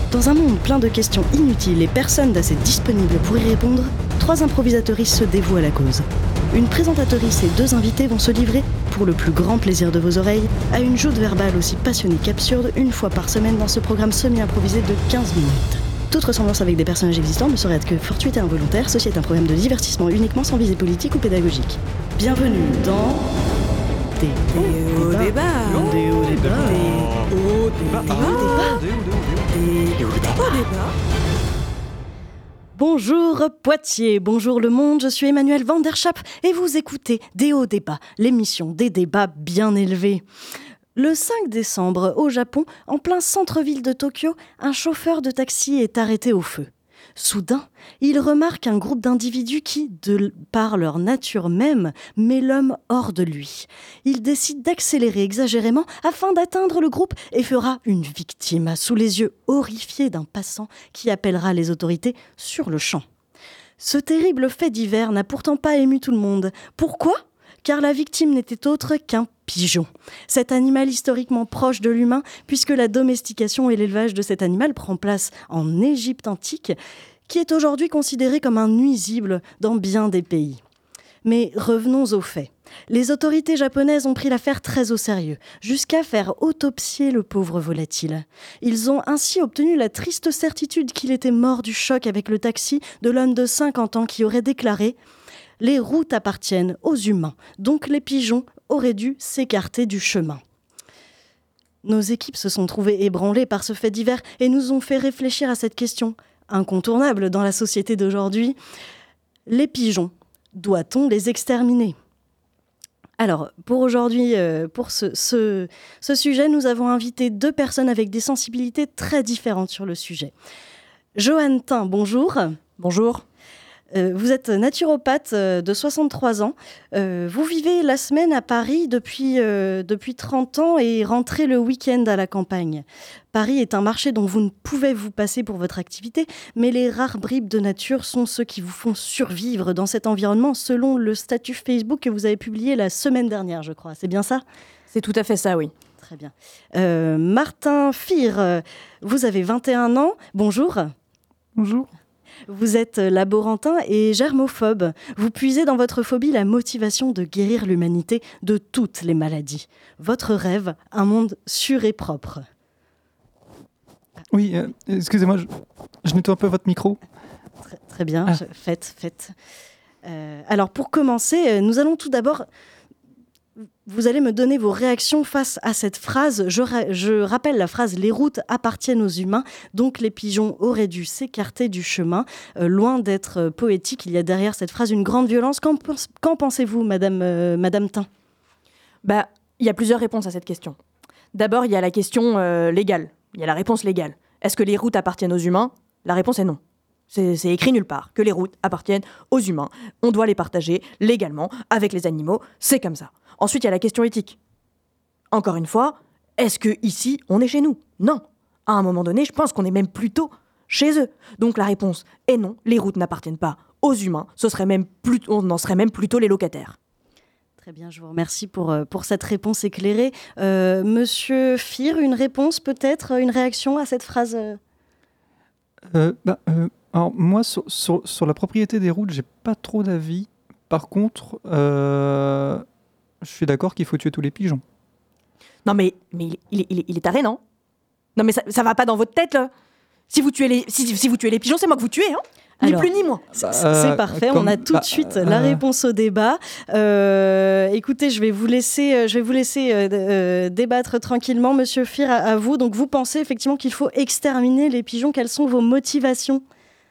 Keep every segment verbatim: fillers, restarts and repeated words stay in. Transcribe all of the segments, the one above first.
Dans un monde plein de questions inutiles et personne d'assez disponible pour y répondre, trois improvisatrices se dévouent à la cause. Une présentatrice et deux invités vont se livrer, pour le plus grand plaisir de vos oreilles, à une joute verbale aussi passionnée qu'absurde une fois par semaine dans ce programme semi-improvisé de quinze minutes. Toute ressemblance avec des personnages existants ne saurait être que fortuite et involontaire, ceci est un programme de divertissement uniquement sans visée politique ou pédagogique. Bienvenue dans... Des hauts débats. Des hauts débats. Des hauts débats. Des hauts débats. Bonjour Poitiers, bonjour le monde, je suis Emmanuel Van der Schaap et vous écoutez Des hauts débats, l'émission des débats bien élevés. Le cinq décembre, au Japon, en plein centre-ville de Tokyo, un chauffeur de taxi est arrêté au feu. Soudain, il remarque un groupe d'individus qui, de par leur nature même, met l'homme hors de lui. Il décide d'accélérer exagérément afin d'atteindre le groupe et fera une victime sous les yeux horrifiés d'un passant qui appellera les autorités sur le champ. Ce terrible fait divers n'a pourtant pas ému tout le monde. Pourquoi ? Car la victime n'était autre qu'un pigeon. Cet animal historiquement proche de l'humain, puisque la domestication et l'élevage de cet animal prend place en Égypte antique, qui est aujourd'hui considéré comme un nuisible dans bien des pays. Mais revenons aux faits. Les autorités japonaises ont pris l'affaire très au sérieux, jusqu'à faire autopsier le pauvre volatile. Ils ont ainsi obtenu la triste certitude qu'il était mort du choc avec le taxi de l'homme de cinquante ans qui aurait déclaré « Les routes appartiennent aux humains, donc les pigeons auraient dû s'écarter du chemin ». Nos équipes se sont trouvées ébranlées par ce fait divers et nous ont fait réfléchir à cette question incontournable dans la société d'aujourd'hui. Les pigeons, doit-on les exterminer ? Alors, pour aujourd'hui, euh, pour ce, ce, ce sujet, nous avons invité deux personnes avec des sensibilités très différentes sur le sujet. Joanne Tin, bonjour. Bonjour. Euh, vous êtes naturopathe euh, de soixante-trois ans. Euh, vous vivez la semaine à Paris depuis, euh, depuis trente ans et rentrez le week-end à la campagne. Paris est un marché dont vous ne pouvez vous passer pour votre activité, mais les rares bribes de nature sont ceux qui vous font survivre dans cet environnement, selon le statut Facebook que vous avez publié la semaine dernière, je crois. C'est bien ça ? C'est tout à fait ça, oui. Très bien. Euh, Martin Fir, euh, vous avez vingt et un ans. Bonjour. Bonjour. Vous êtes laborantin et germophobe. Vous puisez dans votre phobie la motivation de guérir l'humanité de toutes les maladies. Votre rêve, un monde sûr et propre. Oui, euh, excusez-moi, je, je nettoie un peu votre micro. Très, très bien, ah. je, faites, faites. Euh, alors pour commencer, nous allons tout d'abord... Vous allez me donner vos réactions face à cette phrase. Je, ra- je rappelle la phrase « Les routes appartiennent aux humains, donc les pigeons auraient dû s'écarter du chemin euh, ». Loin d'être euh, poétique, il y a derrière cette phrase une grande violence. Qu'en, qu'en pensez-vous, Madame, euh, Madame Tin ? Bah, il y a plusieurs réponses à cette question. D'abord, il y a la question euh, légale. Il y a la réponse légale. Est-ce que les routes appartiennent aux humains ? La réponse est non. C'est, c'est écrit nulle part que les routes appartiennent aux humains. On doit les partager légalement avec les animaux. C'est comme ça. Ensuite, il y a la question éthique. Encore une fois, est-ce que ici, on est chez nous ? Non. À un moment donné, je pense qu'on est même plutôt chez eux. Donc la réponse est non, les routes n'appartiennent pas aux humains. Ce serait même plus, on en serait même plutôt les locataires. Très bien, je vous remercie pour, pour cette réponse éclairée. Euh, Monsieur Fir, une réponse peut-être, une réaction à cette phrase euh, bah, euh, Alors moi, sur, sur, sur la propriété des routes, j'ai pas trop d'avis. Par contre... Euh... Je suis d'accord qu'il faut tuer tous les pigeons. Non mais, mais il, il, il, il est taré, non ? Non mais ça, ça va pas dans votre tête, là. Si vous tuez les, si, si vous tuez les pigeons, c'est moi que vous tuez, hein ? Ni Alors, plus ni moins. C'est, c'est parfait, comme, on a tout bah, de suite euh, la réponse au débat. Euh, écoutez, je vais vous laisser, je vais vous laisser euh, euh, débattre tranquillement, Monsieur Fir, à, à vous. Donc vous pensez effectivement qu'il faut exterminer les pigeons. Quelles sont vos motivations ?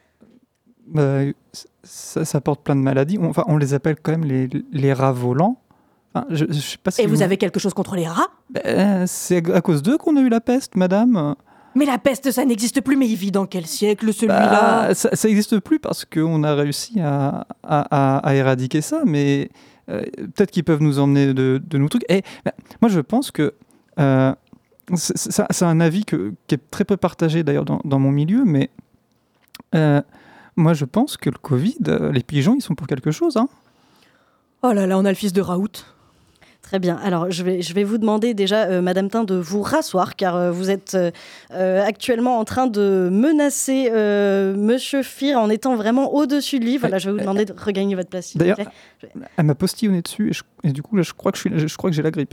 bah, ça, ça porte plein de maladies. On, enfin, on les appelle quand même les, les rats volants. Je, je sais pas si Et vous, vous avez quelque chose contre les rats ? ben, c'est à cause d'eux qu'on a eu la peste, madame. Mais la peste, ça n'existe plus, mais il vit dans quel siècle, celui-là ? Bah, ça n'existe plus parce qu'on a réussi à, à, à, à éradiquer ça, mais euh, peut-être qu'ils peuvent nous emmener de, de nouveaux trucs. Et ben, moi, je pense que euh, c'est, c'est, c'est un avis que, qui est très peu partagé d'ailleurs dans, dans mon milieu, mais euh, moi, je pense que le Covid, les pigeons, ils sont pour quelque chose, hein. Oh là là, on a le fils de Raoult. Très bien. Alors, je vais, je vais vous demander déjà, euh, Madame Tin, de vous rasseoir, car euh, vous êtes euh, euh, actuellement en train de menacer euh, Monsieur Fir en étant vraiment au-dessus de lui. Voilà, je vais vous demander de regagner votre place. s'il vous D'ailleurs, plaît. elle m'a postillonné dessus et, je- et du coup, là, je crois que, je suis, je crois que j'ai la grippe.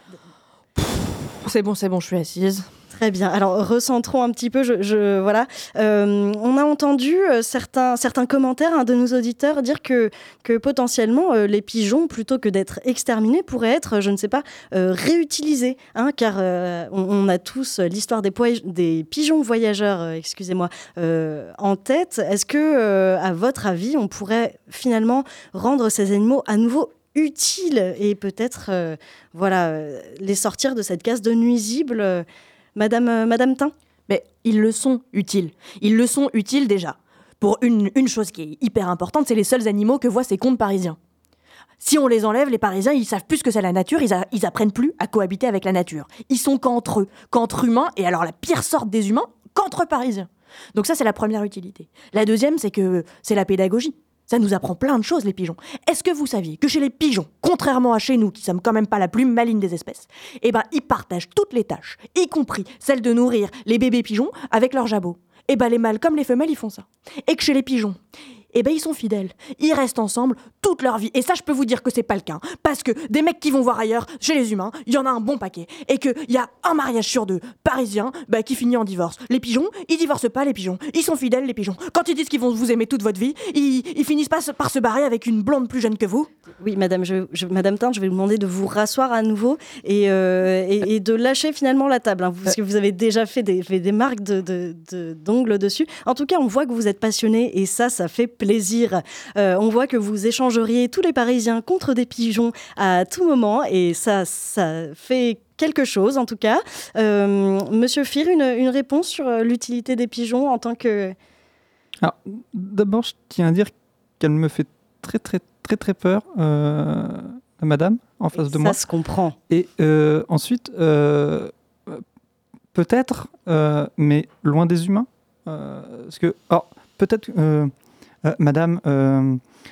C'est bon, c'est bon, je suis assise. Très bien. Alors, recentrons un petit peu. Je, je- voilà. Euh, on a entendu euh, certains, certains commentaires hein, de nos auditeurs dire que, que potentiellement, euh, les pigeons, plutôt que d'être exterminés, pourraient être, je ne sais pas, euh, réutilisés. Hein, car euh, on, on a tous l'histoire des, poi- des pigeons voyageurs, euh, excusez-moi, euh, en tête. Est-ce que, euh, à votre avis, on pourrait finalement rendre ces animaux à nouveau utiles et peut-être euh, voilà, euh, les sortir de cette case de nuisibles euh, Madame, euh, Madame Tin? Mais ils le sont utiles. Ils le sont utiles déjà. Pour une, une chose qui est hyper importante, c'est les seuls animaux que voient ces contes parisiens. Si on les enlève, les Parisiens, ils savent plus ce que c'est la nature, ils, a- ils apprennent plus à cohabiter avec la nature. Ils sont qu'entre eux, qu'entre humains, et alors la pire sorte des humains, qu'entre Parisiens. Donc ça, c'est la première utilité. La deuxième, c'est que c'est la pédagogie. Ça nous apprend plein de choses, les pigeons. Est-ce que vous saviez que chez les pigeons, contrairement à chez nous, qui sommes quand même pas la plus maligne des espèces, eh ben, ils partagent toutes les tâches, y compris celle de nourrir les bébés pigeons avec leurs jabots. Eh ben, les mâles comme les femelles, ils font ça. Et que chez les pigeons, eh ben, ils sont fidèles. Ils restent ensemble toute leur vie. Et ça, je peux vous dire que c'est pas le cas. Parce que des mecs qui vont voir ailleurs, chez les humains, il y en a un bon paquet. Et qu'il y a un mariage sur deux parisien bah, qui finit en divorce. Les pigeons, ils divorcent pas, les pigeons. Ils sont fidèles, les pigeons. Quand ils disent qu'ils vont vous aimer toute votre vie, ils, ils finissent pas par se barrer avec une blonde plus jeune que vous. Oui, Madame, je, je- Madame Tin, je vais vous demander de vous rasseoir à nouveau et, euh, et, et de lâcher finalement la table, hein, parce que vous avez déjà fait des, fait des marques de, de- de- d'ongles dessus. En tout cas, on voit que vous êtes passionné et ça, ça fait plaisir. Euh, on voit que vous échangeriez tous les Parisiens contre des pigeons à tout moment et ça, ça fait quelque chose en tout cas. Euh, Monsieur Fir, une, une réponse sur euh, l'utilité des pigeons en tant que... Alors, d'abord, je tiens à dire qu'elle me fait très, très, très, très peur, euh, la madame, en face de ça moi. se comprend. Et euh, ensuite, euh, euh, peut-être, euh, mais loin des humains. Euh, parce que, alors, peut-être, euh, euh, madame, euh,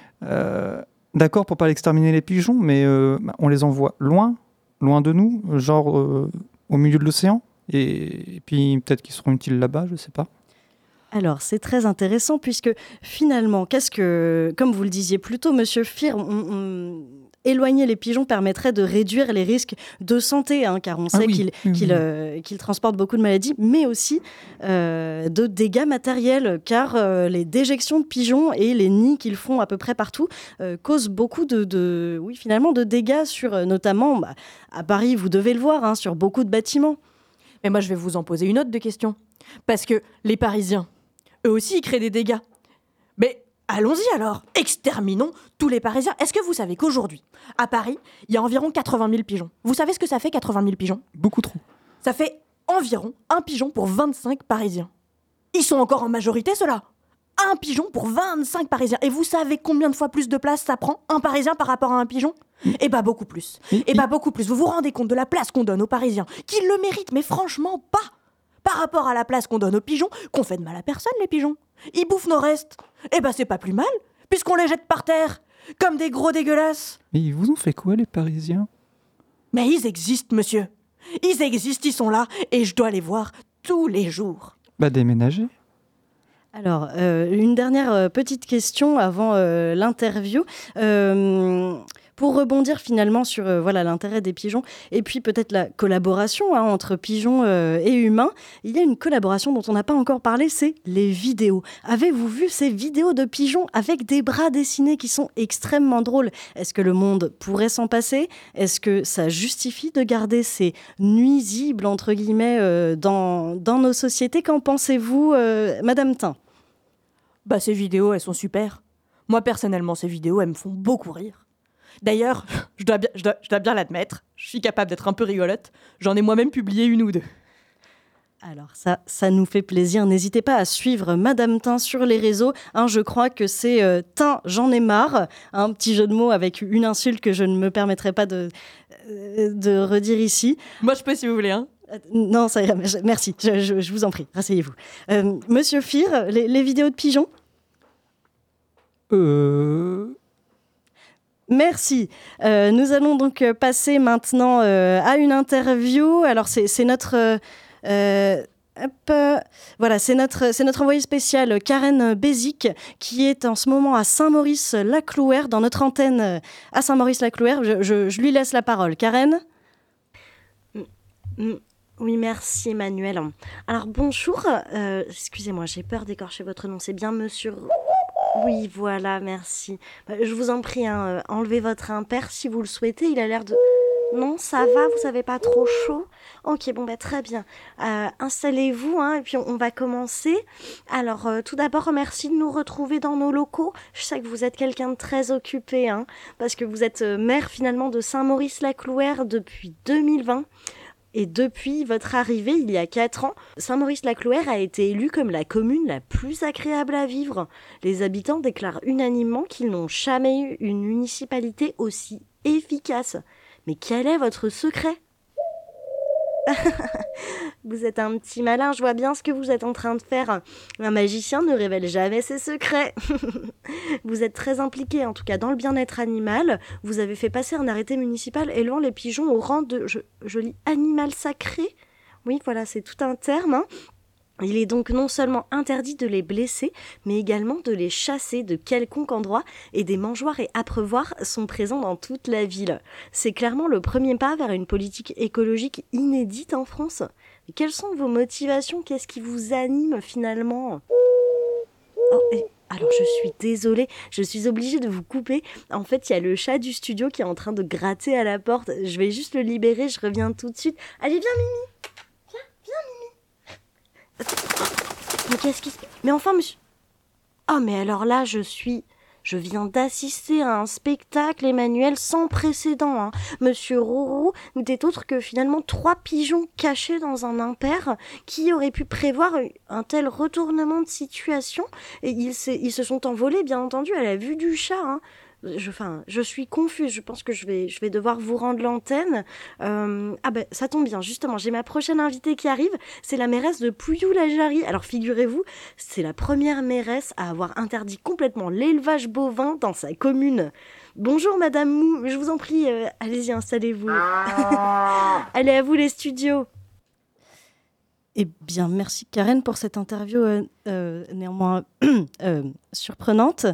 euh, d'accord pour pas exterminer les pigeons, mais euh, bah, on les envoie loin, loin de nous, genre euh, au milieu de l'océan. Et, et puis peut-être qu'ils seront utiles là-bas, je sais pas. Alors, c'est très intéressant puisque finalement, qu'est-ce que, comme vous le disiez plus tôt, Monsieur Fir, on- on- éloigner les pigeons permettrait de réduire les risques de santé, hein, car on Ah sait oui, qu'ils oui, qu'ils, oui. euh, qu'ils transportent beaucoup de maladies, mais aussi euh, de dégâts matériels, car euh, les déjections de pigeons et les nids qu'ils font à peu près partout euh, causent beaucoup de, de- oui, finalement, de dégâts sur, euh, notamment, bah, à Paris, vous devez le voir, hein, sur beaucoup de bâtiments. Mais moi, je vais vous en poser une autre de question. Parce que les Parisiens, eux aussi, ils créent des dégâts. Mais allons-y alors, exterminons tous les Parisiens. Est-ce que vous savez qu'aujourd'hui, à Paris, il y a environ quatre-vingt mille pigeons? Vous savez ce que ça fait, quatre-vingt mille pigeons? Beaucoup trop. Ça fait environ un pigeon pour vingt-cinq Parisiens. Ils sont encore en majorité, ceux-là. Un pigeon pour vingt-cinq Parisiens. Et vous savez combien de fois plus de place ça prend, un Parisien par rapport à un pigeon? Eh bah beaucoup plus. Et- Eh bah beaucoup plus. Vous vous rendez compte de la place qu'on donne aux Parisiens, qui le méritent, mais franchement pas, par rapport à la place qu'on donne aux pigeons, qu'on fait de mal à personne, les pigeons. Ils bouffent nos restes. Eh bah c'est pas plus mal, puisqu'on les jette par terre, comme des gros dégueulasses. Mais ils vous ont fait quoi, les Parisiens? Mais ils existent, monsieur. Ils existent, ils sont là, et je dois les voir tous les jours. Bah, déménager. Alors, euh, une dernière euh, petite question avant euh, l'interview. Euh, pour rebondir finalement sur euh, voilà, l'intérêt des pigeons et puis peut-être la collaboration hein, entre pigeons euh, et humains, il y a une collaboration dont on n'a pas encore parlé, c'est les vidéos. Avez-vous vu ces vidéos de pigeons avec des bras dessinés qui sont extrêmement drôles? Est-ce que le monde pourrait s'en passer? Est-ce que ça justifie de garder ces nuisibles, entre guillemets, euh, dans, dans nos sociétés? Qu'en pensez-vous, euh, Madame Tin? Bah ces vidéos, elles sont super. Moi personnellement, ces vidéos, elles me font beaucoup rire. D'ailleurs, je dois bien, je dois, je dois bien l'admettre, je suis capable d'être un peu rigolote. J'en ai moi-même publié une ou deux. Alors ça, ça nous fait plaisir. N'hésitez pas à suivre Madame Tin sur les réseaux. Hein, je crois que c'est euh, Tin, j'en ai marre. Un petit jeu de mots avec une insulte que je ne me permettrai pas de, euh, de redire ici. Moi je peux si vous voulez, hein. Euh, Non, ça ira. Merci, je, je- je vous en prie. Rasseyez-vous. Euh, Monsieur Fir, les, les vidéos de pigeons? Euh... Merci. Euh, nous allons donc passer maintenant euh, à une interview. Alors, c'est, c'est notre... Euh, euh, hop, euh, voilà, c'est notre, c'est notre envoyée spéciale Karen Bézic qui est en ce moment à Saint-Maurice-la-Clouère, dans notre antenne euh, à Saint-Maurice-la-Clouère. Je, je, je lui laisse la parole. Karen ? Oui, merci Emmanuel. Alors bonjour, euh, excusez-moi, j'ai peur d'écorcher votre nom, c'est bien monsieur... Oui, voilà, merci. Je vous en prie, hein, enlevez votre impair si vous le souhaitez, il a l'air de... Non, ça va, vous n'avez pas trop chaud ? Ok, bon, bah, très bien. Euh, installez-vous, hein, et puis on, on va commencer. Alors, euh, tout d'abord, merci de nous retrouver dans nos locaux. Je sais que vous êtes quelqu'un de très occupé, hein, parce que vous êtes euh, maire finalement de Saint-Maurice-la-Clouère depuis deux mille vingt. Et depuis votre arrivée, il y a quatre ans, Saint-Maurice-la-Clouère a été élue comme la commune la plus agréable à vivre. Les habitants déclarent unanimement qu'ils n'ont jamais eu une municipalité aussi efficace. Mais quel est votre secret ? Vous êtes un petit malin, je vois bien ce que vous êtes en train de faire. Un magicien ne révèle jamais ses secrets. Vous êtes très impliqué, en tout cas dans le bien-être animal. Vous avez fait passer un arrêté municipal élevant les pigeons au rang de, je, je lis, animal sacré. Oui, voilà, c'est tout un terme, hein. Il est donc non seulement interdit de les blesser, mais également de les chasser de quelconque endroit, et des mangeoires et abreuvoirs sont présents dans toute la ville. C'est clairement le premier pas vers une politique écologique inédite en France. Mais quelles sont vos motivations ? Qu'est-ce qui vous anime finalement ? Oh, et... Alors je suis désolée, je suis obligée de vous couper. En fait, il y a le chat du studio qui est en train de gratter à la porte. Je vais juste le libérer, je reviens tout de suite. Allez, viens Mimi. Mais qu'est-ce qui se... Mais enfin, monsieur... Oh, mais alors là, je suis... Je viens d'assister à un spectacle, Emmanuel, sans précédent. Hein. Monsieur Rourou n'était autre que finalement trois pigeons cachés dans un impair. Qui aurait pu prévoir un tel retournement de situation ? Et ils, ils se sont envolés, bien entendu, à la vue du chat. Hein. Je, enfin, je suis confuse, je pense que je vais, je vais devoir vous rendre l'antenne. Euh, ah ben, ça tombe bien, justement, j'ai ma prochaine invitée qui arrive, c'est la mairesse de Pouilloux-la-Jarrie. Alors figurez-vous, c'est la première mairesse à avoir interdit complètement l'élevage bovin dans sa commune. Bonjour Madame Mou, je vous en prie, euh, allez-y, installez-vous. Allez, à vous les studios. Eh bien, merci Karen pour cette interview euh, euh, néanmoins euh, surprenante.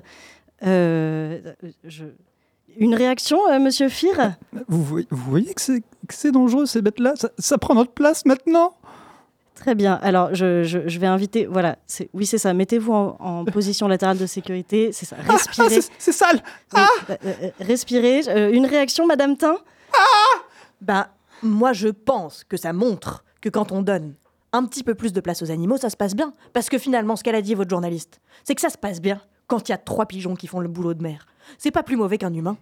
Euh, je... Une réaction, euh, Monsieur Fir ? Vous voyez, vous voyez que, c'est, que c'est dangereux, ces bêtes-là, ça, ça prend notre place maintenant ? Très bien. Alors, je, je, je vais inviter... Voilà, c'est, oui, c'est ça. Mettez-vous en, en position latérale de sécurité. C'est ça. Respirez. Ah, ah, c'est, c'est sale. Oui, Ah euh, respirez. Euh, une réaction, Madame Tain ? Ah Ben, moi, je pense que ça montre que quand on donne un petit peu plus de place aux animaux, ça se passe bien. Parce que finalement, ce qu'elle a dit, votre journaliste, c'est que ça se passe bien quand il y a trois pigeons qui font le boulot de mère. C'est pas plus mauvais qu'un humain.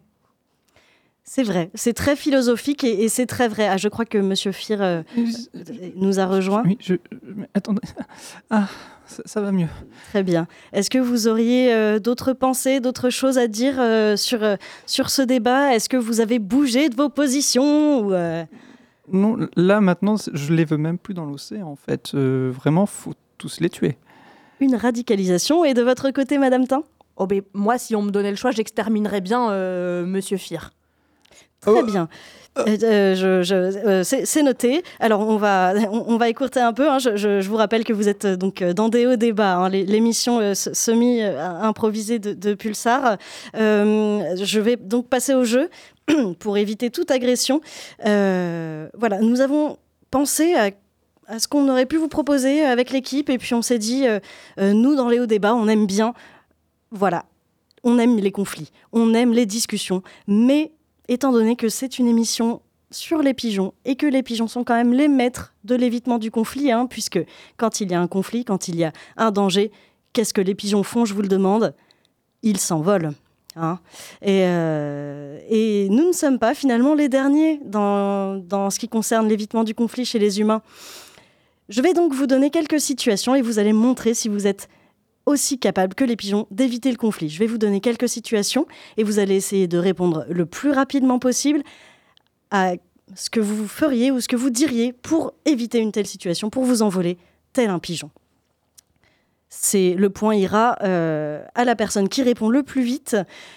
C'est vrai, c'est très philosophique et, et c'est très vrai. Ah, je crois que Monsieur Fir euh, nous a rejoint. Oui, je... Mais attendez. Ah, ça, ça va mieux. Très bien. Est-ce que vous auriez euh, d'autres pensées, d'autres choses à dire euh, sur, euh, sur ce débat ? Est-ce que vous avez bougé de vos positions ou, euh... Non, là, maintenant, je les veux même plus dans l'océan, en fait. Euh, vraiment, faut tous les tuer. Une radicalisation. Et de votre côté, Madame Tain ? Oh ben, moi, si on me donnait le choix, j'exterminerais bien euh, Monsieur Fir. Très oh. bien. Euh, je, je, euh, c'est, c'est noté. Alors, on va, on, on va écourter un peu. Hein. Je, je, je vous rappelle que vous êtes euh, donc dans D O Débat, hein, l'émission euh, semi-improvisée de, de Pulsar. Euh, je vais donc passer au jeu pour éviter toute agression. Euh, voilà, nous avons pensé à à ce qu'on aurait pu vous proposer avec l'équipe. Et puis, on s'est dit, euh, euh, nous, dans les hauts débats, on aime bien... Voilà, on aime les conflits, on aime les discussions. Mais étant donné que c'est une émission sur les pigeons et que les pigeons sont quand même les maîtres de l'évitement du conflit, hein, puisque quand il y a un conflit, quand il y a un danger, qu'est-ce que les pigeons font, je vous le demande ? Ils s'envolent. Hein. Et, euh, et nous ne sommes pas finalement les derniers dans, dans ce qui concerne l'évitement du conflit chez les humains. Je vais donc vous donner quelques situations et vous allez me montrer si vous êtes aussi capable que les pigeons d'éviter le conflit. Je vais vous donner quelques situations et vous allez essayer de répondre le plus rapidement possible à ce que vous feriez ou ce que vous diriez pour éviter une telle situation, pour vous envoler tel un pigeon. C'est, le point ira euh, à la personne qui répond le plus vite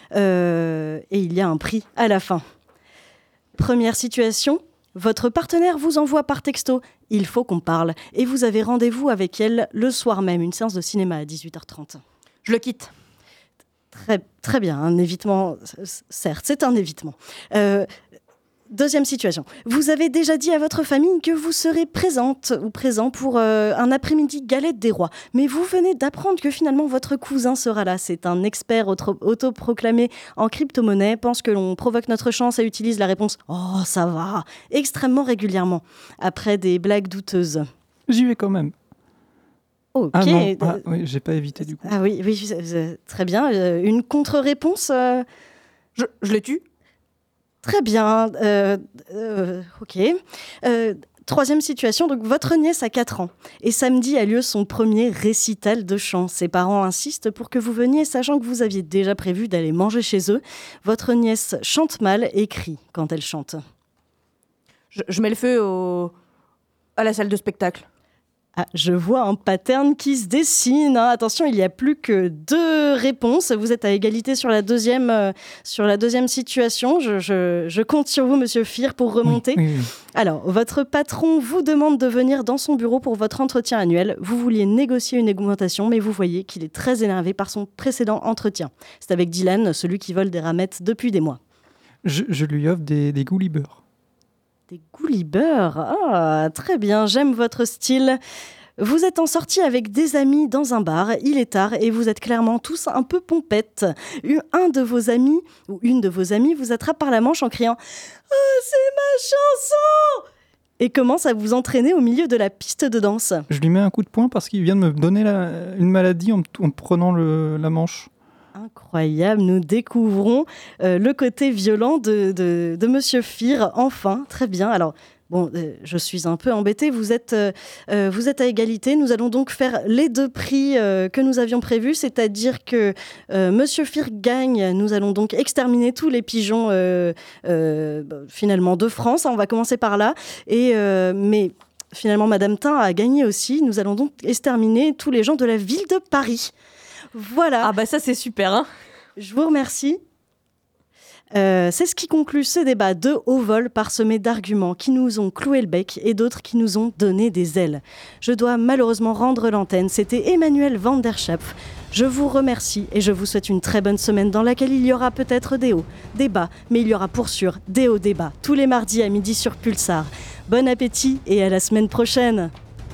euh, et il y a un prix à la fin. Première situation, votre partenaire vous envoie par texto « Il faut qu'on parle » et vous avez rendez-vous avec elle le soir même, une séance de cinéma à dix-huit heures trente. Je le quitte. Très, très bien, un évitement, certes, c'est un évitement. Euh, Deuxième situation. Vous avez déjà dit à votre famille que vous serez présente ou présent pour euh, un après-midi galette des rois. Mais vous venez d'apprendre que finalement votre cousin sera là. C'est un expert auto- autoproclamé en crypto-monnaie, pense que l'on provoque notre chance et utilise la réponse « Oh, ça va !» extrêmement régulièrement, après des blagues douteuses. J'y vais quand même. Ok. Ah non, ah, oui, j'ai pas évité du coup. Ah oui, oui, euh, très bien. Euh, une contre-réponse euh... Je, je les tue. Très bien, euh, euh, ok. Euh, troisième situation, donc votre nièce a quatre ans et samedi a lieu son premier récital de chant. Ses parents insistent pour que vous veniez, sachant que vous aviez déjà prévu d'aller manger chez eux. Votre nièce chante mal et crie quand elle chante. Je, je mets le feu au... à la salle de spectacle. Ah, je vois un pattern qui se dessine. Hein. Attention, il n'y a plus que deux réponses. Vous êtes à égalité sur la deuxième, euh, sur la deuxième situation. Je, je, je compte sur vous, Monsieur Fir, pour remonter. Oui, oui, oui. Alors, votre patron vous demande de venir dans son bureau pour votre entretien annuel. Vous vouliez négocier une augmentation, mais vous voyez qu'il est très énervé par son précédent entretien. C'est avec Dylan, celui qui vole des ramettes depuis des mois. Je, je lui offre des, des goulibeurs. Des goulibeurs. Ah, très bien, j'aime votre style. Vous êtes en sortie avec des amis dans un bar, il est tard et vous êtes clairement tous un peu pompettes. Un de vos amis ou une de vos amies vous attrape par la manche en criant « Oh, c'est ma chanson !» et commence à vous entraîner au milieu de la piste de danse. Je lui mets un coup de poing parce qu'il vient de me donner la, une maladie en, me- en me prenant le, la manche. Incroyable, nous découvrons euh, le côté violent de, de, de Monsieur Fir, enfin, très bien. Alors, bon, euh, je suis un peu embêtée, vous êtes, euh, euh, vous êtes à égalité, nous allons donc faire les deux prix euh, que nous avions prévus, c'est-à-dire que euh, Monsieur Fir gagne, nous allons donc exterminer tous les pigeons euh, euh, bah, finalement de France, hein, on va commencer par là, et, euh, mais finalement Madame Tain a gagné aussi, nous allons donc exterminer tous les gens de la ville de Paris. Voilà. Ah bah ça c'est super, hein. Je vous remercie. Euh, c'est ce qui conclut ce débat de haut vol parsemé d'arguments qui nous ont cloué le bec et d'autres qui nous ont donné des ailes. Je dois malheureusement rendre l'antenne. C'était Emmanuel Van der Schapf. Je vous remercie et je vous souhaite une très bonne semaine dans laquelle il y aura peut-être des hauts, des bas, mais il y aura pour sûr des hauts débats tous les mardis à midi sur Pulsar. Bon appétit et à la semaine prochaine.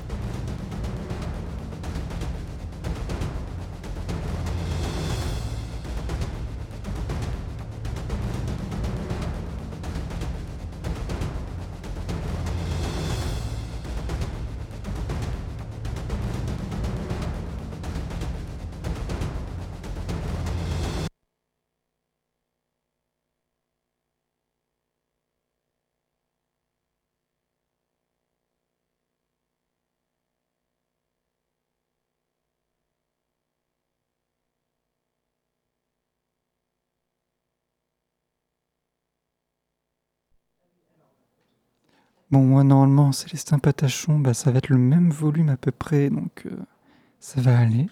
Bon, moi, normalement, Célestin Patachon, bah, ça va être le même volume à peu près, donc euh, ça va aller.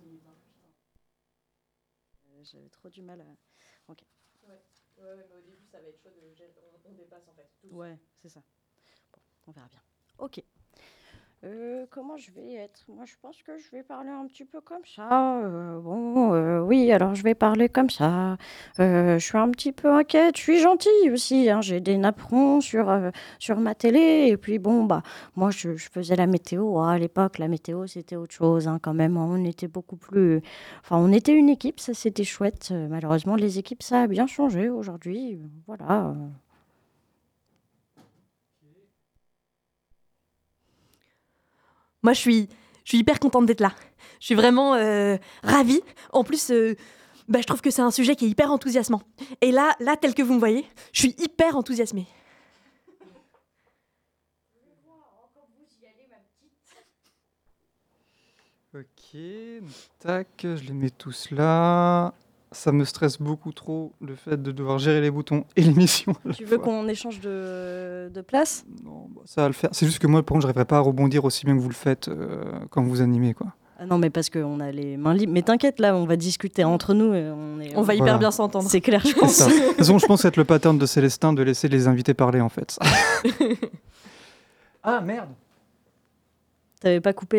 J'avais trop du mal à... Ok. Ouais, ouais, mais au début ça va être chaud, on, on dépasse en fait. Ouais, c'est ça. Bon, on verra bien. Ok. Euh, comment je vais être? Moi, je pense que je vais parler un petit peu comme ça. Euh, bon, euh, oui, alors je vais parler comme ça. Euh, je suis un petit peu inquiète. Je suis gentille aussi. Hein. J'ai des napperons sur, euh, sur ma télé. Et puis, bon, bah, moi, je, je faisais la météo. Ah, à l'époque, la météo, c'était autre chose hein, quand même. On était beaucoup plus... Enfin, on était une équipe, ça, c'était chouette. Euh, malheureusement, les équipes, ça a bien changé aujourd'hui. Euh, Voilà. euh. Moi, je suis, je suis hyper contente d'être là. Je suis vraiment euh, ravie. En plus, euh, bah, je trouve que c'est un sujet qui est hyper enthousiasmant. Et là, là, tel que vous me voyez, je suis hyper enthousiasmée. Ok, tac, je les mets tous là. Ça me stresse beaucoup trop, le fait de devoir gérer les boutons et l'émission. à la Tu veux fois. qu'on échange de, de place? Non, bah, ça va le faire. C'est juste que moi, par contre, je n'arriverai pas à rebondir aussi bien que vous le faites euh, quand vous animez, quoi. Ah non, mais parce qu'on a les mains libres. Mais t'inquiète, là, on va discuter entre nous. Et on, est, On va hyper Voilà. bien s'entendre. C'est clair, je C'est pense. ça. De toute façon, je pense être le pattern de Célestin de laisser les invités parler, en fait. Ah, merde. T'avais pas coupé